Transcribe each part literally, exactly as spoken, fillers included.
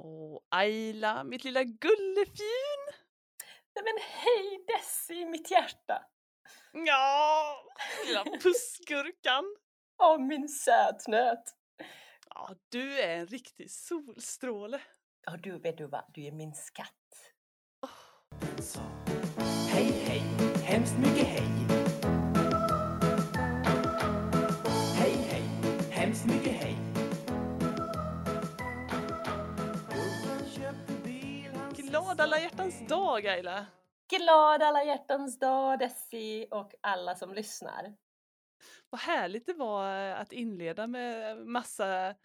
Åh, Ayla, mitt lilla gullefjun! Nej men hej Desi, mitt hjärta! Ja, lilla pussgurkan! Åh min sötnöt! Ja, du är en riktig solstråle. Ja du, vet du vad? Du är min skatt. Den sa hej hej, hemskt mycket hej. Hej hej, hemskt mycket hej. Gubben köpte bil, han Glad alla hjärtans dag, Ayla! Glad alla hjärtans dag Desi och alla som lyssnar. Vad härligt det var att inleda med massa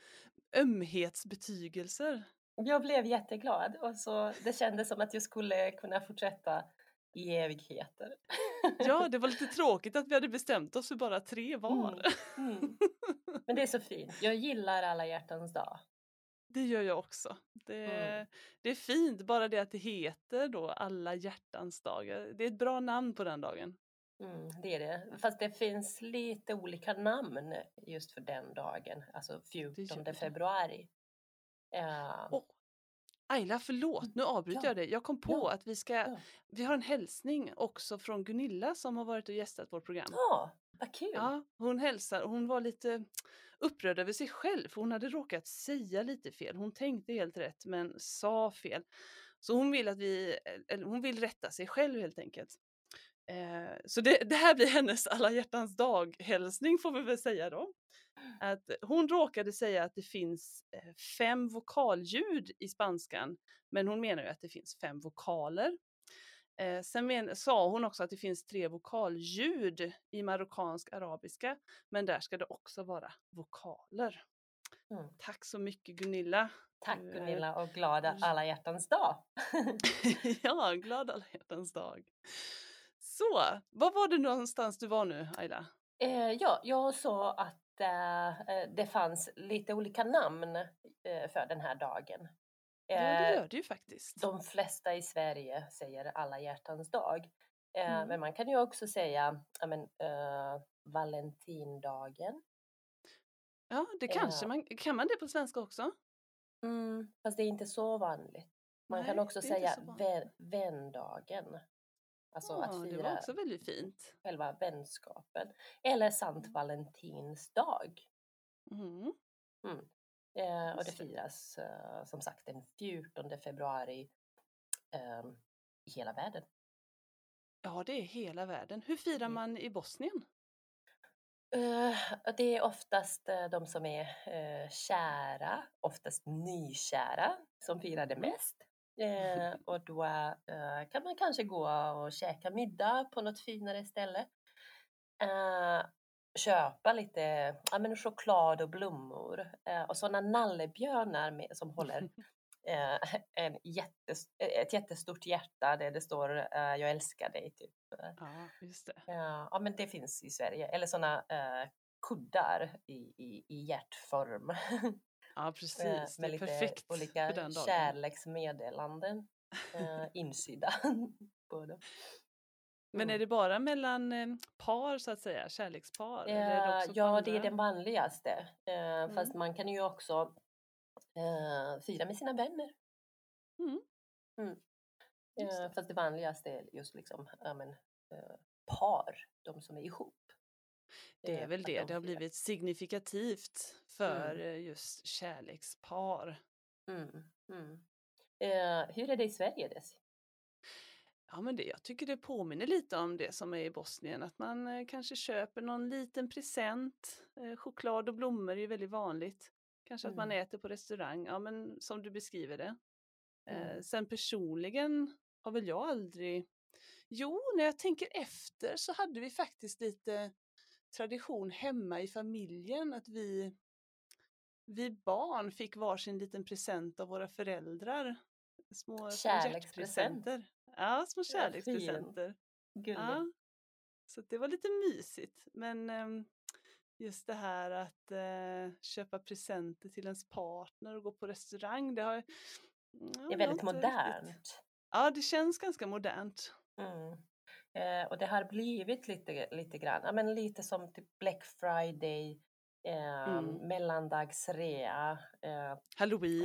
ömhetsbetygelser. Jag blev jätteglad och så det kändes som att jag skulle kunna fortsätta i evigheter. Ja, det var lite tråkigt att vi hade bestämt oss för bara tre var. Mm, mm. Men det är så fint. Jag gillar alla hjärtans dag. Det gör jag också. Det, Mm. det är fint, bara det att det heter då alla hjärtans dagar. Det är ett bra namn på den dagen. Mm, det är det. Fast det finns lite olika namn just för den dagen. Alltså Det gör fjortonde det. februari. Uh, Åh, Ayla, förlåt, nu avbryter Ja. jag dig. Jag kom på Ja. att vi ska, Ja. vi har en hälsning också från Gunilla som har varit och gästat vårt program. Ja, vad kul. Ja, hon hälsar. Hon var lite upprörd över sig själv för hon hade råkat säga lite fel. Hon tänkte helt rätt men sa fel. Så hon vill att vi, eller hon vill rätta sig själv helt enkelt. Eh, så det, det här blir hennes alla hjärtans dag-hälsning får vi väl säga då. Att hon råkade säga att det finns eh, fem vokalljud i spanskan, men hon menar ju att det finns fem vokaler. Eh, sen men, sa hon också att det finns tre vokalljud i marockansk arabiska, men där ska det också vara vokaler. Mm. Tack så mycket Gunilla. Tack Du är- Gunilla och glada alla hjärtans dag. Ja, glad alla hjärtans dag. Så, var var det någonstans du var nu, Ayla? Eh, ja, jag sa att eh, det fanns lite olika namn eh, för den här dagen. Ja, det Eh, gör det ju faktiskt. De flesta i Sverige säger alla hjärtans dag. Eh, Mm. Men man kan ju också säga ja, men, eh, Valentindagen. Ja, det kanske Ja. man, kan man det på svenska också? Mm, fast det är inte så vanligt. Man Nej, kan också det är inte säga så vanligt. vän, vändagen. Alltså Ja, att det var fira också väldigt fint. själva vänskapen. Eller Sant Valentinsdag. Mm. Mm. Eh, och det Just det. firas eh, som sagt den fjortonde februari eh, i hela världen. Ja, det är hela världen. Hur firar Mm. man i Bosnien? Eh, det är oftast eh, de som är eh, kära, oftast nykära, som firar det Mm. mest. Eh, och då eh, kan man kanske gå och käka middag på något finare ställe. Eh, köpa lite ja, men choklad och blommor. Eh, och sådana nallebjörnar med, som håller eh, en jättes, ett jättestort hjärta där det står eh, jag älskar dig typ. Ja, just det. Ja, ja, men det finns i Sverige. Eller sådana eh, kuddar i, i, i hjärtform. Ja, Eh, precis. Det med är lite perfekt för olika den dagen. kärleksmeddelanden eh, insydda på dem. Men Mm. är det bara mellan eh, par så att säga, kärlekspar? Eller är det Eh, också på ja, det är andra? den vanligaste. Eh, Mm. Fast man kan ju också eh, fira med sina vänner. Mm. Mm. Just Eh, det. fast det vanligaste är just liksom ja, men, eh, par, de som är ihop. Det är Eh, väl att det. de Det har firar. blivit signifikativt för Mm. eh, just kärlekspar. Mm. Mm. Eh, hur är det i Sverige, Desi? Ja, men det, jag tycker det påminner lite om det som är i Bosnien. Att man eh, kanske köper någon liten present. Eh, choklad och blommor är ju väldigt vanligt. Kanske att man Mm. äter på restaurang. Ja, men som du beskriver det. Eh, Mm. sen personligen har väl jag aldrig... Jo, när jag tänker efter så hade vi faktiskt lite tradition hemma i familjen. Att vi, vi barn fick varsin liten present av våra föräldrar. Små, små Kärlekspresent. hjärtpresenter. Ja, små Vad fin. kärlekspresenter. Gulligt. Ja, så det var lite mysigt. Men ehm, just det här att eh, köpa presenter till ens partner och gå på restaurang, det har ja, Det är jag har väldigt inte modernt. riktigt. Ja, det känns ganska modernt. Mm. Eh, och det har blivit lite, lite grann, ja, men lite som typ Black Friday, eh, Mm. mellandagsrea, eh, Halloween.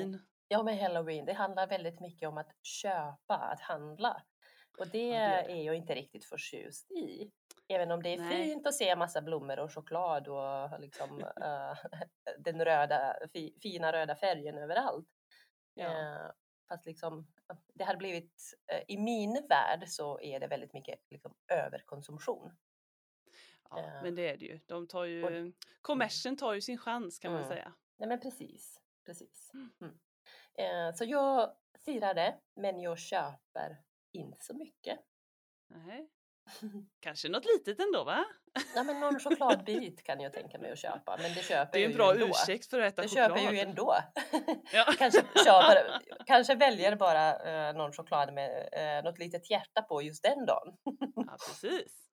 Ja, med Halloween, det handlar väldigt mycket om att köpa, att handla. Och det, Ja, det gör det. är jag inte riktigt förtjust i. Även om det är Nej. fint att se massa blommor och choklad och liksom eh, den röda, fi, fina röda färgen överallt. Ja. Eh, fast liksom, det har blivit, eh, i min värld så är det väldigt mycket liksom, överkonsumtion. Ja, Eh, men det är det ju. De tar och- ju, kommersen tar ju sin chans kan man Mm. säga. Nej men precis, precis. Mm. Mm. Eh, så jag firar det, men jag köper inte så mycket. Nej. Kanske något litet ändå va? Ja, men någon chokladbit kan jag tänka mig att köpa, men det köper Det är jag en ju bra ändå. ursäkt för att äta Det choklad. köper jag ju ändå. Ja. kanske, köper, kanske väljer bara eh, någon choklad med eh, något litet hjärta på just den dagen. Ja, precis.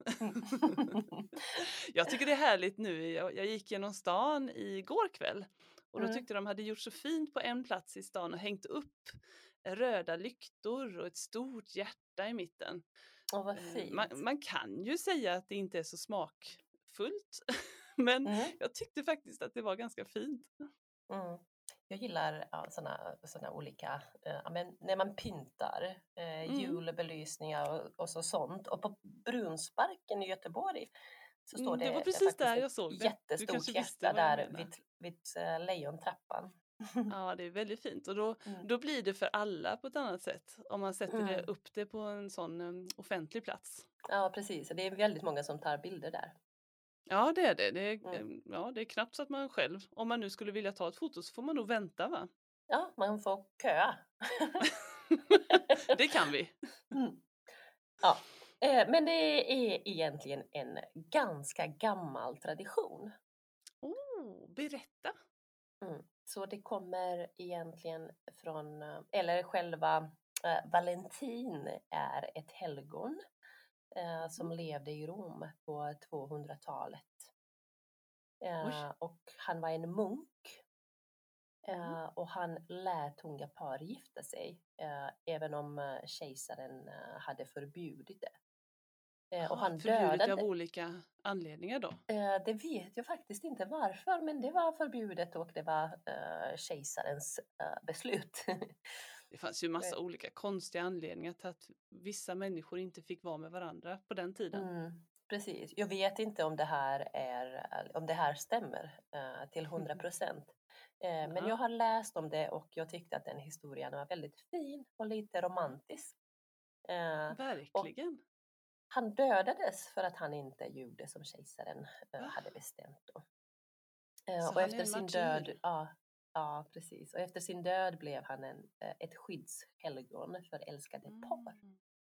Jag tycker det är härligt nu. Jag, jag gick genom stan igår kväll och då Mm. tyckte de hade gjort så fint på en plats i stan och hängt upp röda lyktor och ett stort hjärta i mitten. Åh, vad Eh, fint. Man, man kan ju säga att det inte är så smakfullt, men Mm. jag tyckte faktiskt att det var ganska fint. Mm. Jag gillar ja, såna, såna olika, eh, men när man pyntar, eh, Mm. julbelysningar och, och så sånt. Och på Brunnsparken i Göteborg så står Mm, det, det var eh, precis faktiskt där jag ett såg det. Du jättestort kanske visste hjärta vad jag där menar. vid, vid eh, lejontrappan. Ja, det är väldigt fint och då, Mm. då blir det för alla på ett annat sätt om man sätter det Mm. upp det på en sån um, offentlig plats. Ja, precis. Det är väldigt många som tar bilder där. Ja, det är det. Det är, Mm. em, ja, det är knappt så att man själv, om man nu skulle vilja ta ett foto så får man nog vänta va? Ja, man får köa. Det kan vi. Mm. Ja, eh, men det är egentligen en ganska gammal tradition. Oh, berätta. Mm. Så det kommer egentligen från, eh, eller själva eh, Valentin är ett helgon eh, som levde i Rom på tvåhundratalet. Eh, Oj. och han var en munk. Mm. Eh, och han lät unga par gifta sig, eh, även om eh, kejsaren eh, hade förbjudit det. Eh, och Aha, han förbjudet dödade, av olika anledningar då? eh, det vet jag faktiskt inte varför, men det var förbjudet och det var eh, kejsarens eh, beslut. Det fanns ju massa olika konstiga anledningar till att vissa människor inte fick vara med varandra på den tiden. Mm, precis. Jag vet inte om det här, är, om det här stämmer eh, till hundra procent. Eh, men Ja. jag har läst om det och jag tyckte att den historien var väldigt fin och lite romantisk. Eh, Verkligen. Han dödades för att han inte gjorde som kejsaren eh, Va? hade bestämt då. Eh, Så och han är efter en sin martyr? död, ja, ja precis. Och efter sin död blev han en, eh, ett skyddshelgon för älskade par. Mm.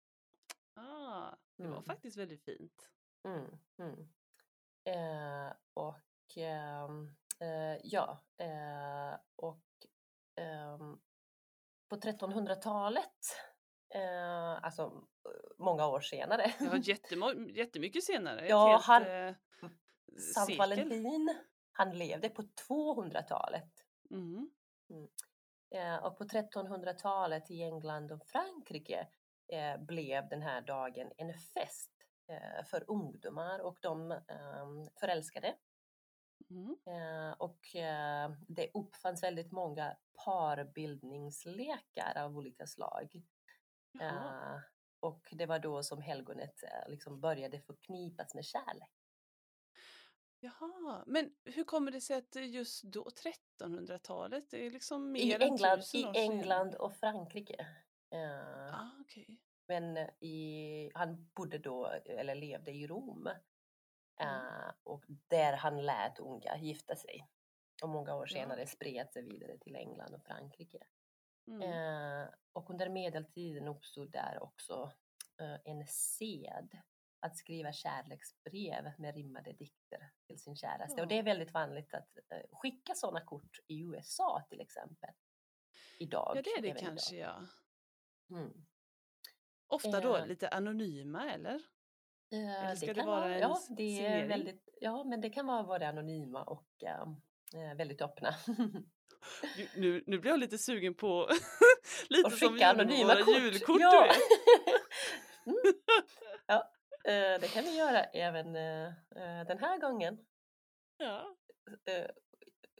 Ah, det var Mm. faktiskt väldigt fint. Mm, mm. Eh, och ehm, eh, ja, eh, och ehm, på trettonhundratalet, eh, alltså många år senare, Det var jättemo- jättemycket senare. Ett Ja, helt han- eh, Sankt sekel. Valentin, han levde på tvåhundratalet. Mm. Eh, och på trettonhundratalet i England och Frankrike eh, blev den här dagen en fest eh, för ungdomar och de eh, förälskade. Mm. Eh, och eh, det uppfanns väldigt många parbildningslekar av olika slag. Jaha. Eh, och det var då som helgonet eh, liksom började förknippas med kärlek. Jaha, men hur kommer det sig att just då, trettonhundratalet, det är liksom mer I än England, tusen i år sedan? England och Frankrike. Eh, Ah, okej. Men i, han bodde då, eller levde i Rom. Mm. Eh, och där han lät unga gifta sig. Och många år Ja. senare spred sig vidare till England och Frankrike. Mm. Eh, och under medeltiden uppstod där också eh, en sed att skriva kärleksbrev med rimmade dikter till sin käraste. Ja. Och det är väldigt vanligt att eh, skicka sådana kort i U S A till exempel. Idag. Ja, det är det även kanske, idag. ja. Mm. Ofta då Eh. lite anonyma, eller? Eh, Eller ska det kan vara vara, en ja, s- det är signering? väldigt, ja, men det kan vara både anonyma och eh, väldigt öppna. Nu- Nu, nu blir jag lite sugen på lite Och som vi skicka gjorde med anonyma våra kort. julkort. Ja. du vet. Mm. Ja, eh, det kan vi göra även eh, eh, den här gången. Ja. Eh,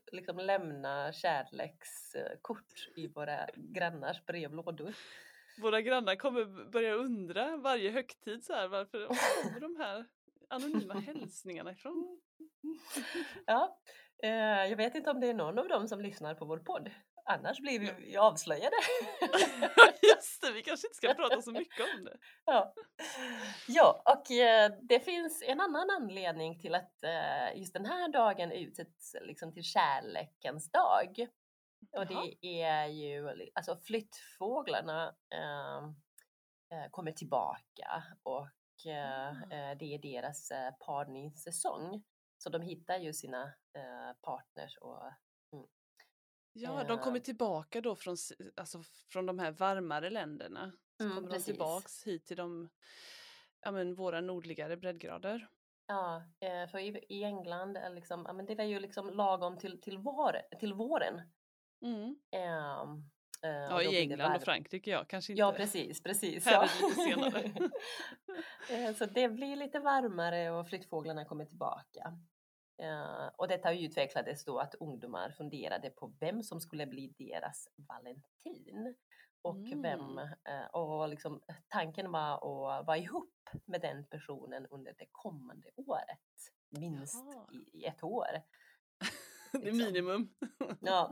liksom lämna kärlekskort i våra grannars brevlådor. Våra grannar kommer börja undra varje högtid så här, varför var kommer de här anonyma hälsningarna ifrån? Ja, eh, jag vet inte om det är någon av dem som lyssnar på vår podd. Annars blir vi ju avslöjade. Just det, vi kanske inte ska prata så mycket om det. Ja, ja och eh, det finns en annan anledning till att eh, just den här dagen utsätts liksom till kärlekens dag. Och Jaha. det är ju, alltså flyttfåglarna eh, eh, kommer tillbaka och eh, Ah. eh, det är deras eh, parningssäsong. Så de hittar ju sina eh, partners och Ja, de kommer Eh. tillbaka då från, s- alltså, från de här varmare länderna. Så Mm, kommer de precis. tillbaks hit till de, ja, men, våra nordligare breddgrader. Ja, eh, för i, i England är liksom, ja, men det var ju liksom lagom till, till, vår, till våren. Mm. Ehm, eh, Ja, och då i blir det England och varm- Frankrike, ja, kanske inte. Ja, precis, precis. Här Ja. är det lite senare. Eh, Så det blir lite varmare och flyttfåglarna kommer tillbaka. Eh, och detta utvecklades då att ungdomar funderade på vem som skulle bli deras Valentin. Och Mm. vem, eh, och liksom, tanken var att vara ihop med den personen under det kommande året. Minst Jaha. i, i ett år. Det är liksom. minimum. Ja.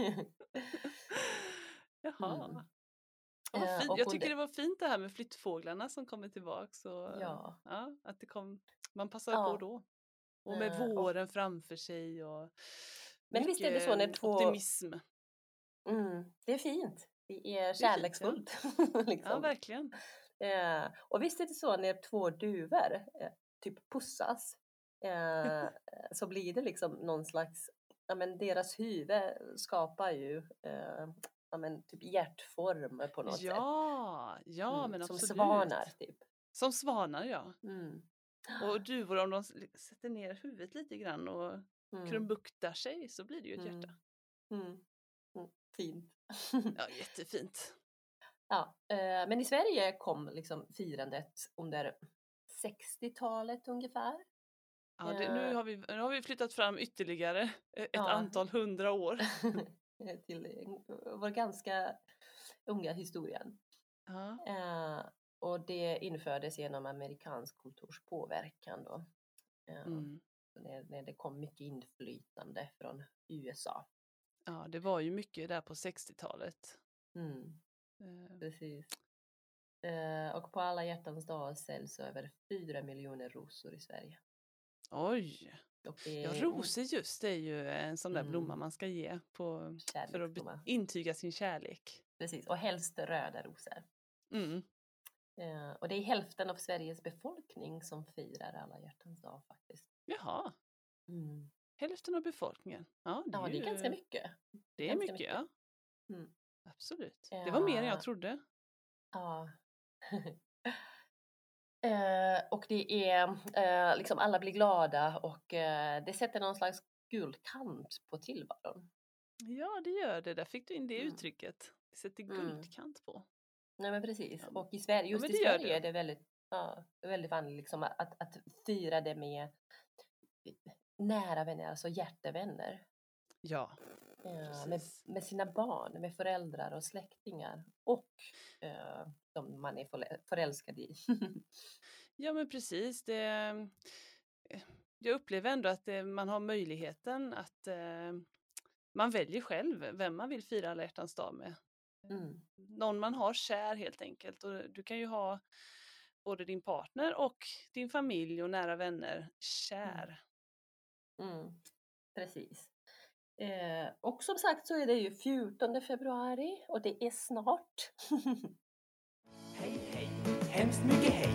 Jaha. Mm. Ja, vad Eh, fint. och Jag tycker under- det var fint det här med flyttfåglarna som kommer tillbaks. Och, Ja. ja, att det kom, man passar Ja. på då. Och med Eh, och- våren framför sig och Men visst är det så när mycket två- optimism. Mm, det är fint. Det är fint, kärleksfullt. Ja, liksom. verkligen. Eh, och visst är det så när två duvor eh, typ pussas eh, så blir det liksom någon slags, ja men deras huvud skapar ju eh, ja men typ hjärtform på något sätt. Ja, ja Mm, men som absolut. svanar typ. Som svanar, ja. Mm. Och duvor, om de s- sätter ner huvudet lite grann och Mm. krumbuktar sig så blir det ju ett Mm. hjärta. Mm. Mm. Fint. Ja, jättefint. Ja, eh, men i Sverige kom liksom firandet under sextiotalet ungefär. Ja, det, nu, Eh. har vi, nu har vi flyttat fram ytterligare ett Ja. antal hundra år. till eh, vår ganska unga historien. Ja. Eh, och det infördes genom amerikansk kulturs påverkan då. Eh, Mm. när, när det kom mycket inflytande från U S A. Ja, det var ju mycket där på sextiotalet. Mm, Eh, precis. Eh, och på alla hjärtans dag säljs över fyra miljoner rosor i Sverige. Oj! Och det Ja, är rosor just det är ju en sån där Mm. blomma man ska ge på, för att be- kärleksblomma. intyga sin kärlek. Precis, och helst röda rosor. Mm. Eh, och det är hälften av Sveriges befolkning som firar alla hjärtans dag faktiskt. Jaha, Mm. hälften av befolkningen. Ja, det är, Ja, det är ju, ganska mycket. Det är ganska mycket, mycket. ja. Mm. Absolut. Det var mer än Ja. jag trodde. Ja. eh, och det är eh, liksom alla blir glada och eh, det sätter någon slags guldkant på tillvaron. Ja, det gör det. Där fick du in det Mm. uttrycket. Det sätter Mm. guldkant på. Nej men precis. Ja, men- Och i Sverige, just men i det gör Sverige det. är det väldigt, ja, väldigt vanligt liksom att, att, att fira det med nära vänner, alltså hjärtevänner. Ja, Eh, med, precis. med sina barn, med föräldrar och släktingar och eh, de man är förä- förälskad i. Ja, men precis. Det, eh, jag upplever ändå att det, man har möjligheten att eh, man väljer själv vem man vill fira alla hjärtans dag med. Mm. Någon man har kär helt enkelt. Och du kan ju ha både din partner och din familj och nära vänner kär. Mm. Precis. Eh, och som sagt så är det ju fjortonde februari och det är snart. Hej, hej, hemskt mycket hej.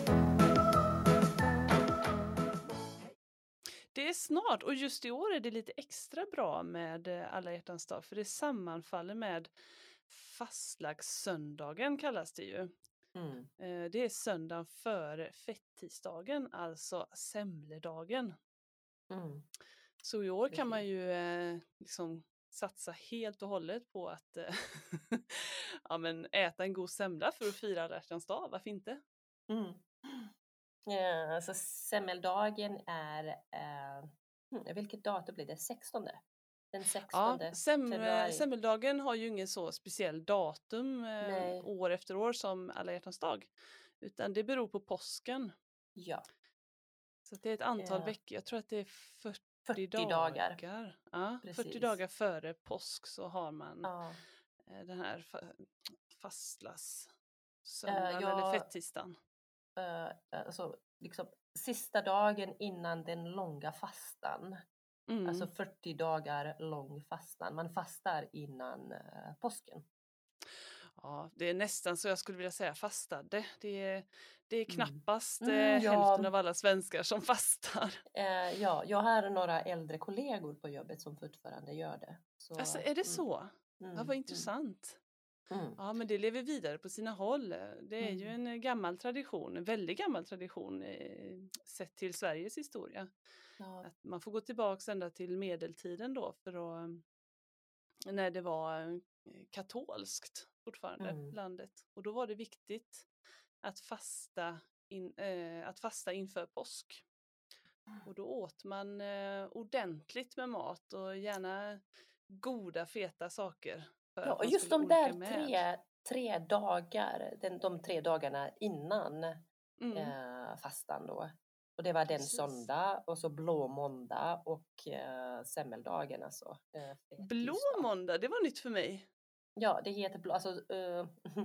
Det är snart och just i år är det lite extra bra med eh, alla hjärtans dag för det sammanfaller med fastlagssöndagen kallas det ju. Mm. Eh, Det är söndagen före fettisdagen, alltså semledagen. Mm. Så i år kan man Precis. ju eh, liksom satsa helt och hållet på att eh, ja, men äta en god semla för att fira alla hjärtans dag, varför inte? Mm. Ja, alltså semmeldagen är, eh, hmm, vilket datum blir det? sextonde. Den Ja, sextonde sem, februari. semmeldagen har ju ingen så speciell datum eh, Nej. år efter år som alla hjärtans dag. Utan det beror på påsken. Ja, Så att det är ett antal Ja. veckor. Jag tror att det är fyrtio, fyrtio dagar. dagar. Ja, fyrtio Precis. dagar före påsk så har man Ja. eh, den här fa- fastlas Eh, söndagen eller jag, fettisdagen. eh, alltså, liksom, sista dagen innan den långa fastan. Mm. Alltså fyrtio dagar lång fastan. Man fastar innan eh, påsken. Ja, det är nästan så jag skulle vilja säga fastade. Det är, det är Mm. knappast Mm, eh, ja. hälften av alla svenskar som fastar. Eh, ja, jag har några äldre kollegor på jobbet som fortfarande gör det. Så, Alltså är det mm, så? mm, Ja, vad intressant. Mm. Ja, men det lever vidare på sina håll. Det är ju Mm. en gammal tradition, en väldigt gammal tradition eh, sett till Sveriges historia. Ja. Att man får gå tillbaka ända till medeltiden då för att, när det var eh, katolskt fortfarande, Mm. landet. Och då var det viktigt att fasta, in, eh, att fasta inför påsk. Och då åt man eh, ordentligt med mat och gärna goda feta saker. För Ja, att och man just skulle de orka där med. tre, tre dagar, den, de tre dagarna innan Mm. eh, fastan då. Och det var den Precis. söndag och så blå måndag och eh, semmeldagen alltså. Eh, fet Blå tisdag. måndag, det var nytt för mig. Ja, det heter blå, alltså eh,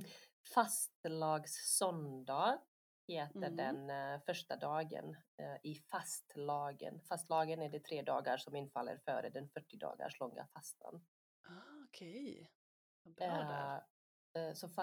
fastlagssöndag heter Mm. den eh, första dagen eh, i fastlagen. Fastlagen är det tre dagar som infaller före den fyrtio dagars långa fastan. Ah, okej. Vad bra där. Eh, eh, så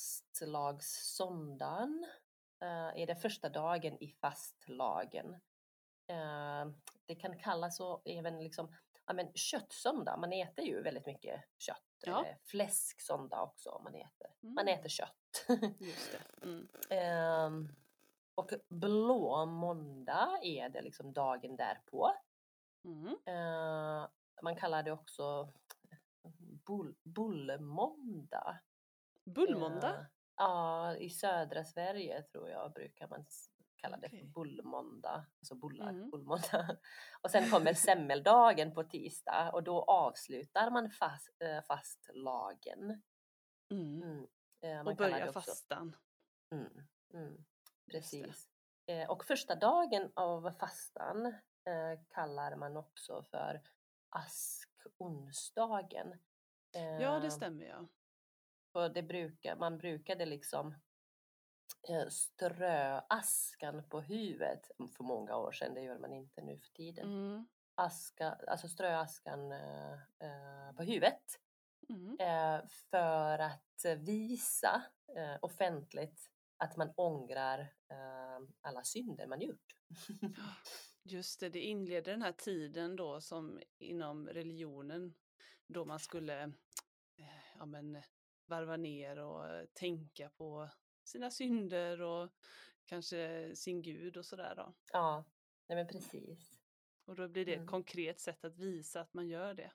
fastlagssöndagen eh, är det första dagen i fastlagen. Eh, det kan kallas så även liksom, ja, men köttsöndag. Man äter ju väldigt mycket kött. Ja. Eller fläsksöndag också om man äter. Man Mm. äter kött. Just det. Mm. Ehm, och blå måndag är det liksom dagen därpå. Mm. Eh, man kallar det också bull, bullmåndag. Bullmåndag? Eh, ja, i södra Sverige tror jag brukar man s- kalla det för Okej. bullmåndag. Alltså bullar, Mm. bullmåndag. Och sen kommer semmeldagen på tisdag och då avslutar man fast, eh, fastlagen. Mm. Mm. Eh, man Och kallar börja det också- fastan. Mm, mm, Just det. precis. Eh, och första dagen av fastan eh, kallar man också för askonsdagen. Ja, det Eh, stämmer ja. och det brukar, man brukade liksom eh, strö askan på huvudet för många år sedan. Det gör man inte nu för tiden. Mm. Aska, alltså strö askan eh, eh, på huvudet. Mm. Eh, för att visa eh, offentligt att man ångrar eh, alla synder man gjort. Just det, det inleder den här tiden då som inom religionen då man skulle eh, ja, men, varva ner och eh, tänka på sina synder och kanske sin Gud och sådär då. Ja, nej men precis. Och då blir det ett Mm. konkret sätt att visa att man gör det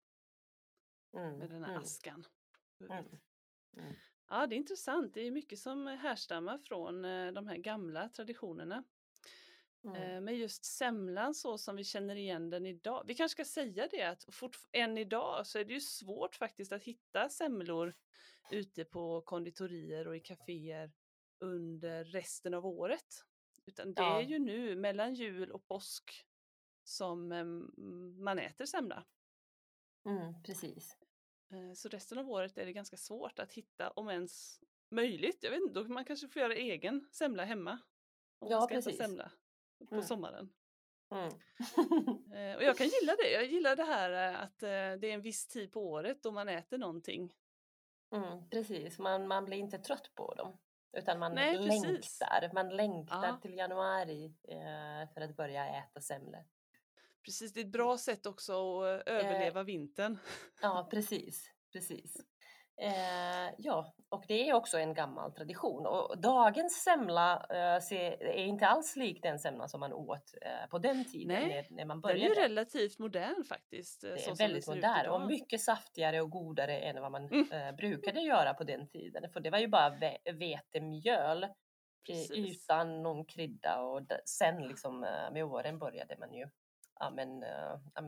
Mm, med den här mm, askan. mm, mm. Ja, det är intressant. Det är mycket som härstammar från eh, de här gamla traditionerna. Mm. Eh, Men just semlan så som vi känner igen den idag. Vi kanske ska säga det att fortf- än idag så är det ju svårt faktiskt att hitta semlor ute på konditorier och i kaféer under resten av året. Utan det Ja. är ju nu mellan jul och påsk som eh, man äter semla. Mm, precis. Eh, Så resten av året är det ganska svårt att hitta, om ens möjligt. Jag vet inte, då man kanske får göra egen semla hemma. Om Ja, man ska precis. äta semla på Mm. sommaren. Mm. Eh, Och jag kan gilla det. Jag gillar det här eh, att eh, det är en viss tid på året då man äter någonting. Mm, precis, man, man blir inte trött på dem. Utan man Nej, precis. längtar. Man längtar Ja. till januari eh, för att börja äta semlor. Precis, det är ett bra sätt också att eh, överleva vintern. Ja, precis. precis. Eh, ja, och det är också en gammal tradition. Och dagens semla eh, se, är inte alls lik den semla som man åt eh, på den tiden Nej, när, när man Den är ju började. relativt modern faktiskt. eh, Det så är som väldigt ser ut modern och idag. mycket saftigare och godare än vad man Mm. eh, brukade göra på den tiden. För det var ju bara ve- vetemjöl eh, Precis. utan någon krydda och d- sen liksom eh, med åren började man ju ja, men, eh, ja, men,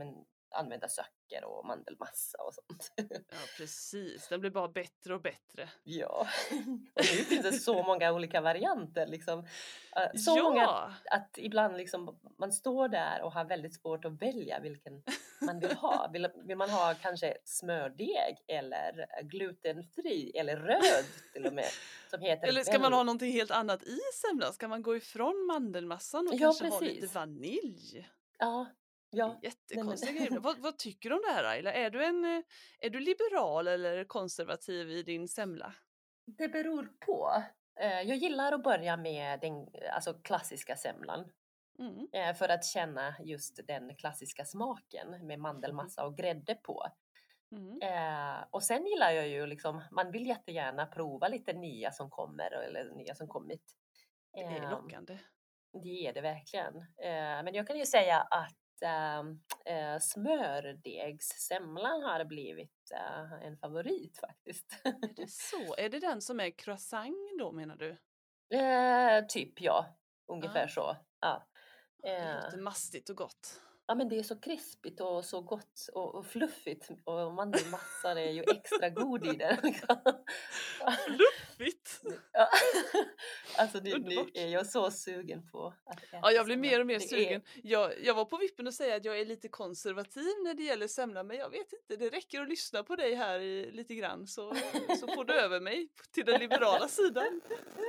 använda socker och mandelmassa och sånt. Ja, precis. Den blir bara bättre och bättre. Ja, och nu finns det så många olika varianter liksom. Eh, Så många Ja, att ibland liksom man står där och har väldigt svårt att välja vilken man vill ha. Vill, vill man ha kanske smördeg eller glutenfri eller röd till och med som heter eller ska man väl- ha någonting helt annat i semlan? Ska man gå ifrån mandelmassan och Ja, kanske ha lite precis. vanilj? Ja, Det är ja. jättekonstiga Nej, men- grejer. Vad, vad tycker du om det här, Ayla? Är du en eh, är du liberal eller konservativ i din semla? Det beror på. Eh, Jag gillar att börja med den alltså klassiska semlan. Mm. Eh, För att känna just den klassiska smaken med mandelmassa och grädde på. Mm. Eh, och sen gillar jag ju liksom, man vill jättegärna prova lite nya som kommer eller nya som kommit. Det är Eh, lockande. Det är det verkligen. Eh, men jag kan ju säga att ehm, eh, smördegssemlan har blivit eh, en favorit faktiskt. Är det så? Är det den som är croissant då, menar du? eh, typ ja, ungefär Ja. så. Ja. Det Eh, låter mastigt och gott. Ja, men det är så krispigt och så gott och, och fluffigt och mandelmassan är ju extra god i den. Fluffigt! Ja. Alltså nu, nu Underbart. är jag så sugen på att äta Ja, jag blir semla. mer och mer Det är- sugen. Jag, jag var på vippen att säga att jag är lite konservativ när det gäller semla, men jag vet inte, det räcker att lyssna på dig här i, lite grann så, så får du över mig till den liberala sidan.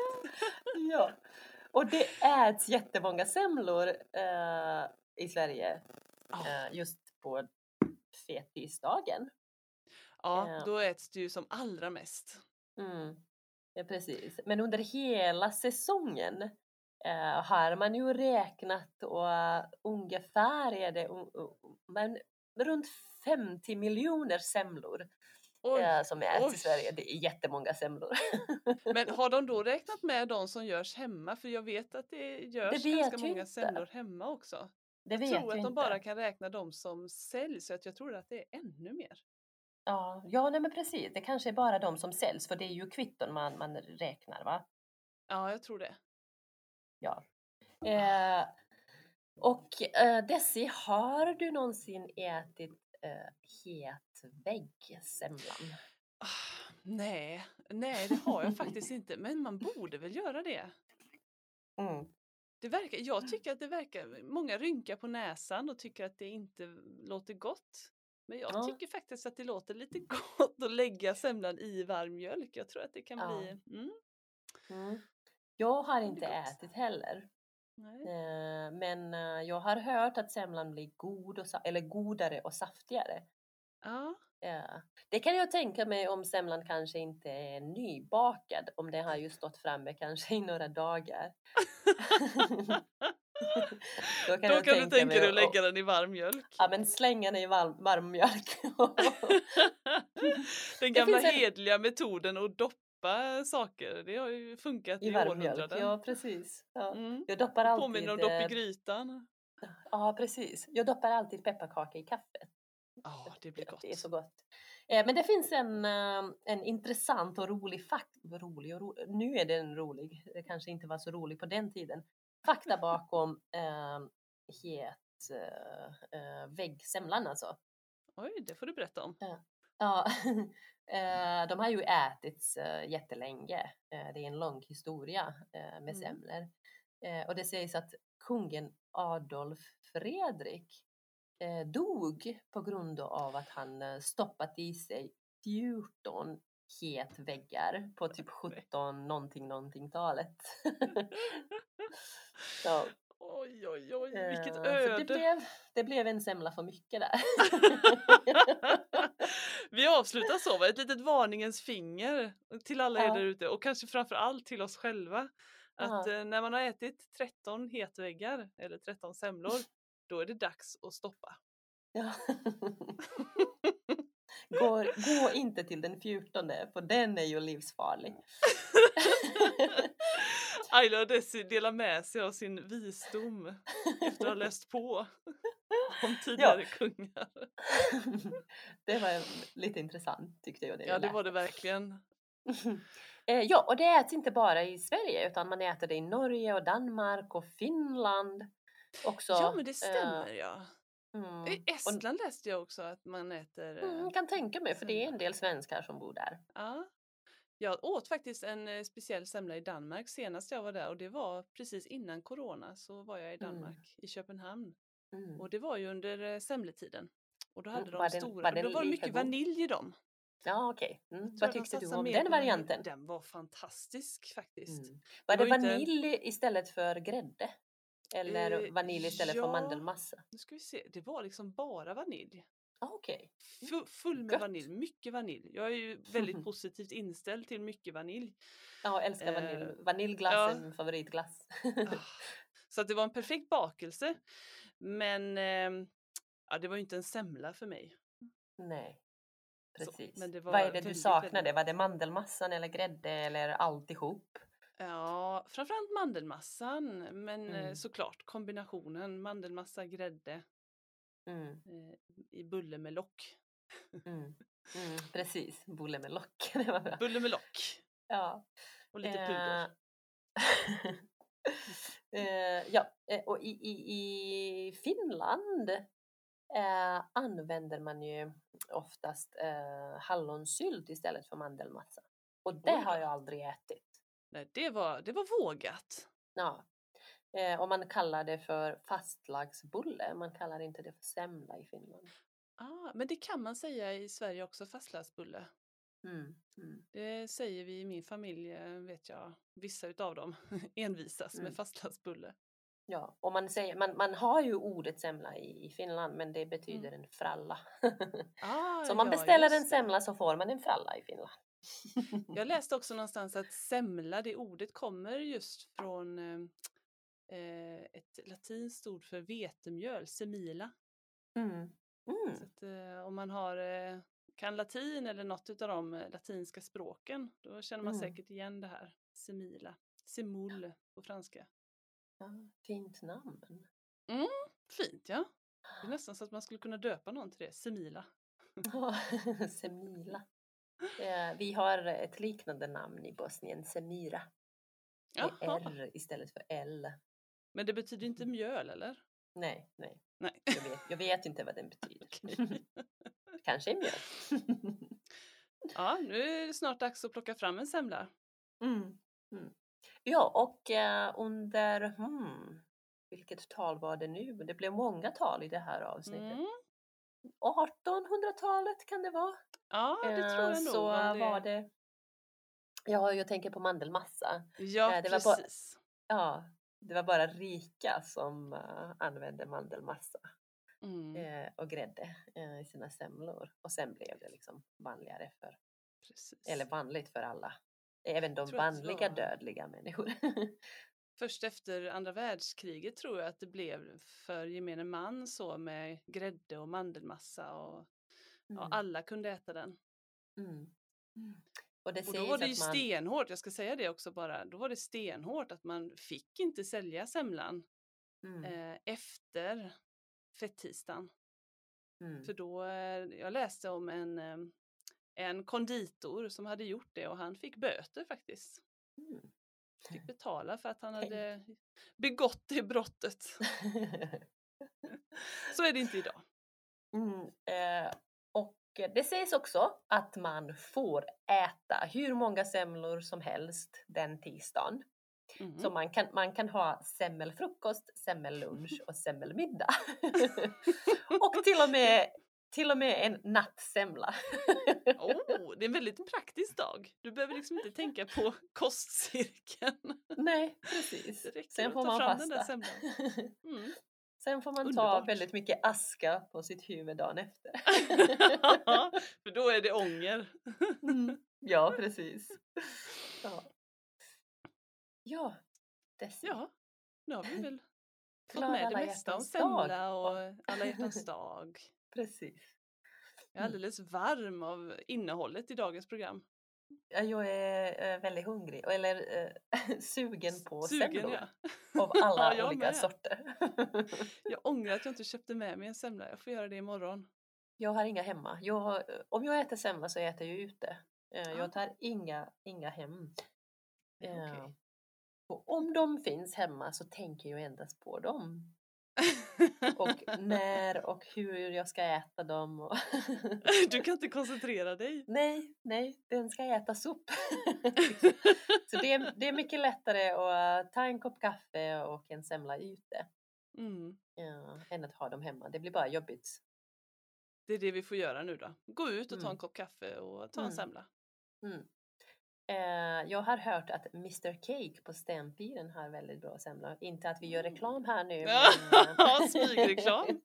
Ja, och det äts jättemånga semlor eh, i Sverige Ja, eh, just på fettisdagen. ja, Ja. då äts det ju som allra mest. Mm. Ja, precis. Men under hela säsongen eh, har man ju räknat och eh, ungefär är det un- un- men runt femtio miljoner semlor Oj, eh, som äts oj. i Sverige. Det är jättemånga semlor. Men har de då räknat med de som görs hemma? För jag vet att det görs vet ganska jag många inte. semlor hemma också. Det Jag vet tror jag att de inte. bara kan räkna de som säljs, så att jag tror att det är ännu mer. Ja, ja nej, men precis. Det kanske är bara de som säljs för det är ju kvitton man, man räknar va? Ja, jag tror det. Ja. Eh, och eh, Desi, har du någonsin ätit eh, het väggsemlan? Ah, nej, nej, det har jag faktiskt inte. Men man borde väl göra det. Mm. Det verkar, jag tycker att det verkar, många rynkar på näsan och tycker att det inte låter gott. Men jag Ja. tycker faktiskt att det låter lite gott att lägga semlan i varm mjölk. Jag tror att det kan Ja. bli... Mm, Mm. Jag har det inte blir gott. ätit heller. Nej. Eh, men eh, jag har hört att semlan blir god och, sa- eller godare och saftigare. Ja, Ja. Det kan jag tänka mig om semlan kanske inte är nybakad. Om det har ju stått framme kanske i några dagar. Då då kan du tänka dig att lägga och, den i varm mjölk. ja, men slänga den i varm, varm mjölk. Den gamla finns en- hedliga metoden att doppa saker, det har ju funkat i, I varm mjölk, århundraden. ja precis. Ja. Mm. Jag doppar Det alltid... påminner om dopp i eh, grytan. Ja, precis. Jag doppar alltid pepparkaka i kaffet. Ja, det blir gott. Det är så gott. Eh, Men det finns en, eh, en intressant och rolig fakta. Rolig och ro... Nu är den rolig. Det kanske inte var så rolig på den tiden. Fakta bakom eh, het eh, eh, väggsemlan alltså. Oj, det får du berätta om. Ja, eh, de har ju ätits eh, jättelänge. Eh, det är en lång historia eh, med Mm. semlor. Eh, och det sägs att kungen Adolf Fredrik eh, dog på grund av att han eh, stoppat i sig fjorton het väggar på typ sjutton någonting någonting talet. Så, Oj, oj, oj, vilket eh, så öde. det, blev, det blev en semla för mycket där. Vi avslutar så, va? Ett litet varningens finger till alla er Ja. där ute och kanske framför allt till oss själva. Att Ja. eh, när man har ätit tretton hetväggar eller tretton semlor, då är det dags att stoppa. Ja. Gå, gå inte till den fjortonde, för den är ju livsfarlig. Ayla och Desi delar med sig av sin visdom efter att ha läst på om tidigare kungar. Det var lite intressant tyckte jag. Det Ja, det var det verkligen. Eh, Ja, och det äts inte bara i Sverige utan man äter det i Norge och Danmark och Finland också. Ja, men det eh, stämmer ja. Mm. I Och, Estland läste jag också att man äter... eh, mm, kan tänka mig, för det är semla. en del svenskar som bor där. Ja. Jag åt faktiskt en eh, speciell semla i Danmark senast jag var där och det var precis innan corona så var jag i Mm. Danmark, i Köpenhamn. Mm. Och det var ju under eh, semletiden. Och då hade Mm, de var den- stora, var den då var det lika mycket god? vanilj i dem. Ja, okej. Mm. Jag tror Vad att de tyckte du satsar om mer den på vanilj. varianten? Den var fantastisk faktiskt. Mm. Var Det det, var ju inte en- vanilj istället för grädde? Eller Eh, vanilj istället ja. för mandelmassa? Nu ska vi se, det var liksom bara vanilj. Ah, okej. Fu- full med Gött. vanilj, mycket vanilj. Jag är ju väldigt positivt inställd till mycket vanilj. Ja, jag älskar vanilj. Eh, Vaniljglass ja. är min favoritglass. Ah, Så att det var en perfekt bakelse. Men ehm, ja, det var ju inte en semla för mig. Nej, Så, precis. men det var Vad är det du väldigt, saknade? väldigt- Var det mandelmassan eller grädde eller alltihop? Ja, framförallt mandelmassan. Men eh, Mm. såklart kombinationen mandelmassa, grädde Mm. eh, i bulle med lock. Mm. Mm. Precis, bulle med lock. Det var bra. Bulle med lock Ja. och lite Eh, puder. eh, ja, eh, och i, i, i Finland eh, använder man ju oftast eh, hallonsylt istället för mandelmassa. Och det Oj då. har jag aldrig ätit. Nej, det var, det var vågat. Ja. Eh, och man kallar det för fastlagsbulle. Man kallar inte det för semla i Finland. Ah, men det kan man säga i Sverige också, fastlagsbulle. Mm. Mm. Det säger vi i min familj, eh, vet jag. Vissa utav dem envisas Mm. med fastlagsbulle. Ja, och man, säger, man, man har ju ordet semla i, i Finland, men det betyder en fralla. Ah, Så om man ja, beställer just en det. semla så får man en fralla i Finland. Jag läste också någonstans att semla, det ordet kommer just från eh, ett latinskt ord för vetemjöl, semila. Mm. Så Mm. att, eh, om man har, eh, kan latin eller något utav de eh, latinska språken, då känner man Mm. säkert igen det här. Semila, semoule på franska. Ja, fint namn. Fint, ja. Det är nästan så att man skulle kunna döpa någon till det, semila. Ja, Semila. Eh, vi har ett liknande namn i Bosnien, Semira. Det är Jaha. R istället för L. Men det betyder inte mjöl, eller? Nej, nej. Nej. Jag vet, jag vet inte vad den betyder. Okej. Kanske en mjöl. Ja, nu är det snart dags att plocka fram en semla. Mm. Mm. Ja, och eh, under, hmm, vilket tal var det nu? Det blev många tal i det här avsnittet. Mm. artonhundratalet kan det vara. Ja, det tror Eh, jag nog. Så om det... var det, ja, jag tänker på mandelmassa. Ja, eh, det var bara- precis. Ja, det var bara rika som uh, använde mandelmassa Mm, eh, och grädde eh, i sina semlor. Och sen blev det liksom vanligare för, precis. eller vanligt för alla. Även de tror att det vanliga var- dödliga människor. Först efter andra världskriget tror jag att det blev för gemene man så med grädde och mandelmassa och ja, Mm. alla kunde äta den. Mm. Och det Och då sägs var det ju att man... stenhårt, jag ska säga det också bara, då var det stenhårt att man fick inte sälja semlan Mm. eh, efter fettisdagen. Mm. För då, eh, jag läste om en, eh, en konditor som hade gjort det och han fick böter faktiskt. Mm. Fick betala för att han Tänk. hade begått det brottet. Så är det inte idag. Mm. Eh, och det sägs också att man får äta hur många semlor som helst den tisdagen. Mhm. Så man kan, man kan ha semmelfrukost, semmellunch och semmelmiddag. Och till och med, till och med en nattsemla. Oh, det är en väldigt praktisk dag. Du behöver liksom inte tänka på kostcirkeln. Nej, precis. Det räcker Sen att får ta man fram den där fasta. semlan. Mm. Sen får man ta Underbart. väldigt mycket aska på sitt huvud dagen efter. För då är det ånger. Mm. Ja, precis. Ja, ja, Desi. Ja, nu har vi väl fått Glad med det alla mesta om hjärtans dag. semla och alla hjärtans dag. Precis. Jag är alldeles varm av innehållet i dagens program. Ja, jag är eh, väldigt hungrig, eller eh, sugen på Sugen, semlor. ja. Av alla Ja, jag olika med. sorter. Jag ångrar att jag inte köpte med mig en semla. Jag får göra det imorgon. Jag har inga hemma. Jag har, om jag äter semla så äter jag ute. Eh, Ah. Jag tar inga, inga hem. Eh, Okej. Och om de finns hemma så tänker jag endast på dem. Och när och hur jag ska äta dem. Och Du kan inte koncentrera dig. nej, nej, den ska ätas upp. Så det är, det är mycket lättare att ta en kopp kaffe och en semla ute. Mm. Ja, än att ha dem hemma. Det blir bara jobbigt. Det är det vi får göra nu då. Gå ut och ta Mm. en kopp kaffe och ta en Mm. semla. Mm. Eh, jag har hört att mister Cake på Stenpiren har väldigt bra semla. Inte att vi gör reklam här nu. Ja, men, smygreklam.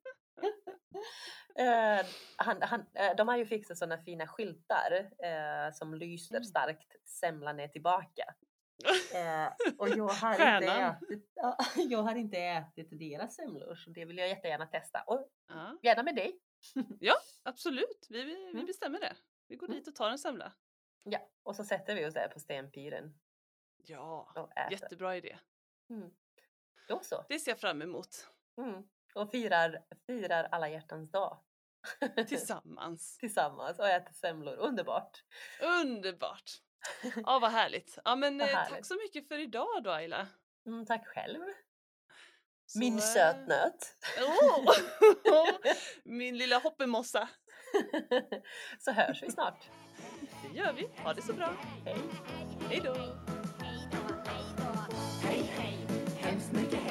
eh, han, han, eh, de har ju fixat sådana fina skyltar eh, som lyser Mm. starkt. Semlan är tillbaka. Eh, och jag har, inte Stjärnan. ätit, ja, jag har inte ätit deras semlor. Så det vill jag jättegärna testa. Och Ja, gärna med dig. absolut. Vi, vi, vi Mm. bestämmer det. Vi går Mm. dit och tar en semla. Ja, och så sätter vi oss där på Stenpiren Ja, och äter. jättebra idé. Mm. Då så. Det ser jag fram emot. Mm. Och firar, firar alla hjärtans dag. Tillsammans. Tillsammans och äter semlor. Underbart. Underbart. Ja, vad härligt. Ja, men Vad eh, härligt. tack så mycket för idag då, Ayla. Mm, tack själv. Så, Min eh, sötnöt. Åh! Min lilla hoppemossa. Så hörs vi snart. Det gör vi. Ha det så bra. Hej. Hej då. Hej, hej, hemskt mycket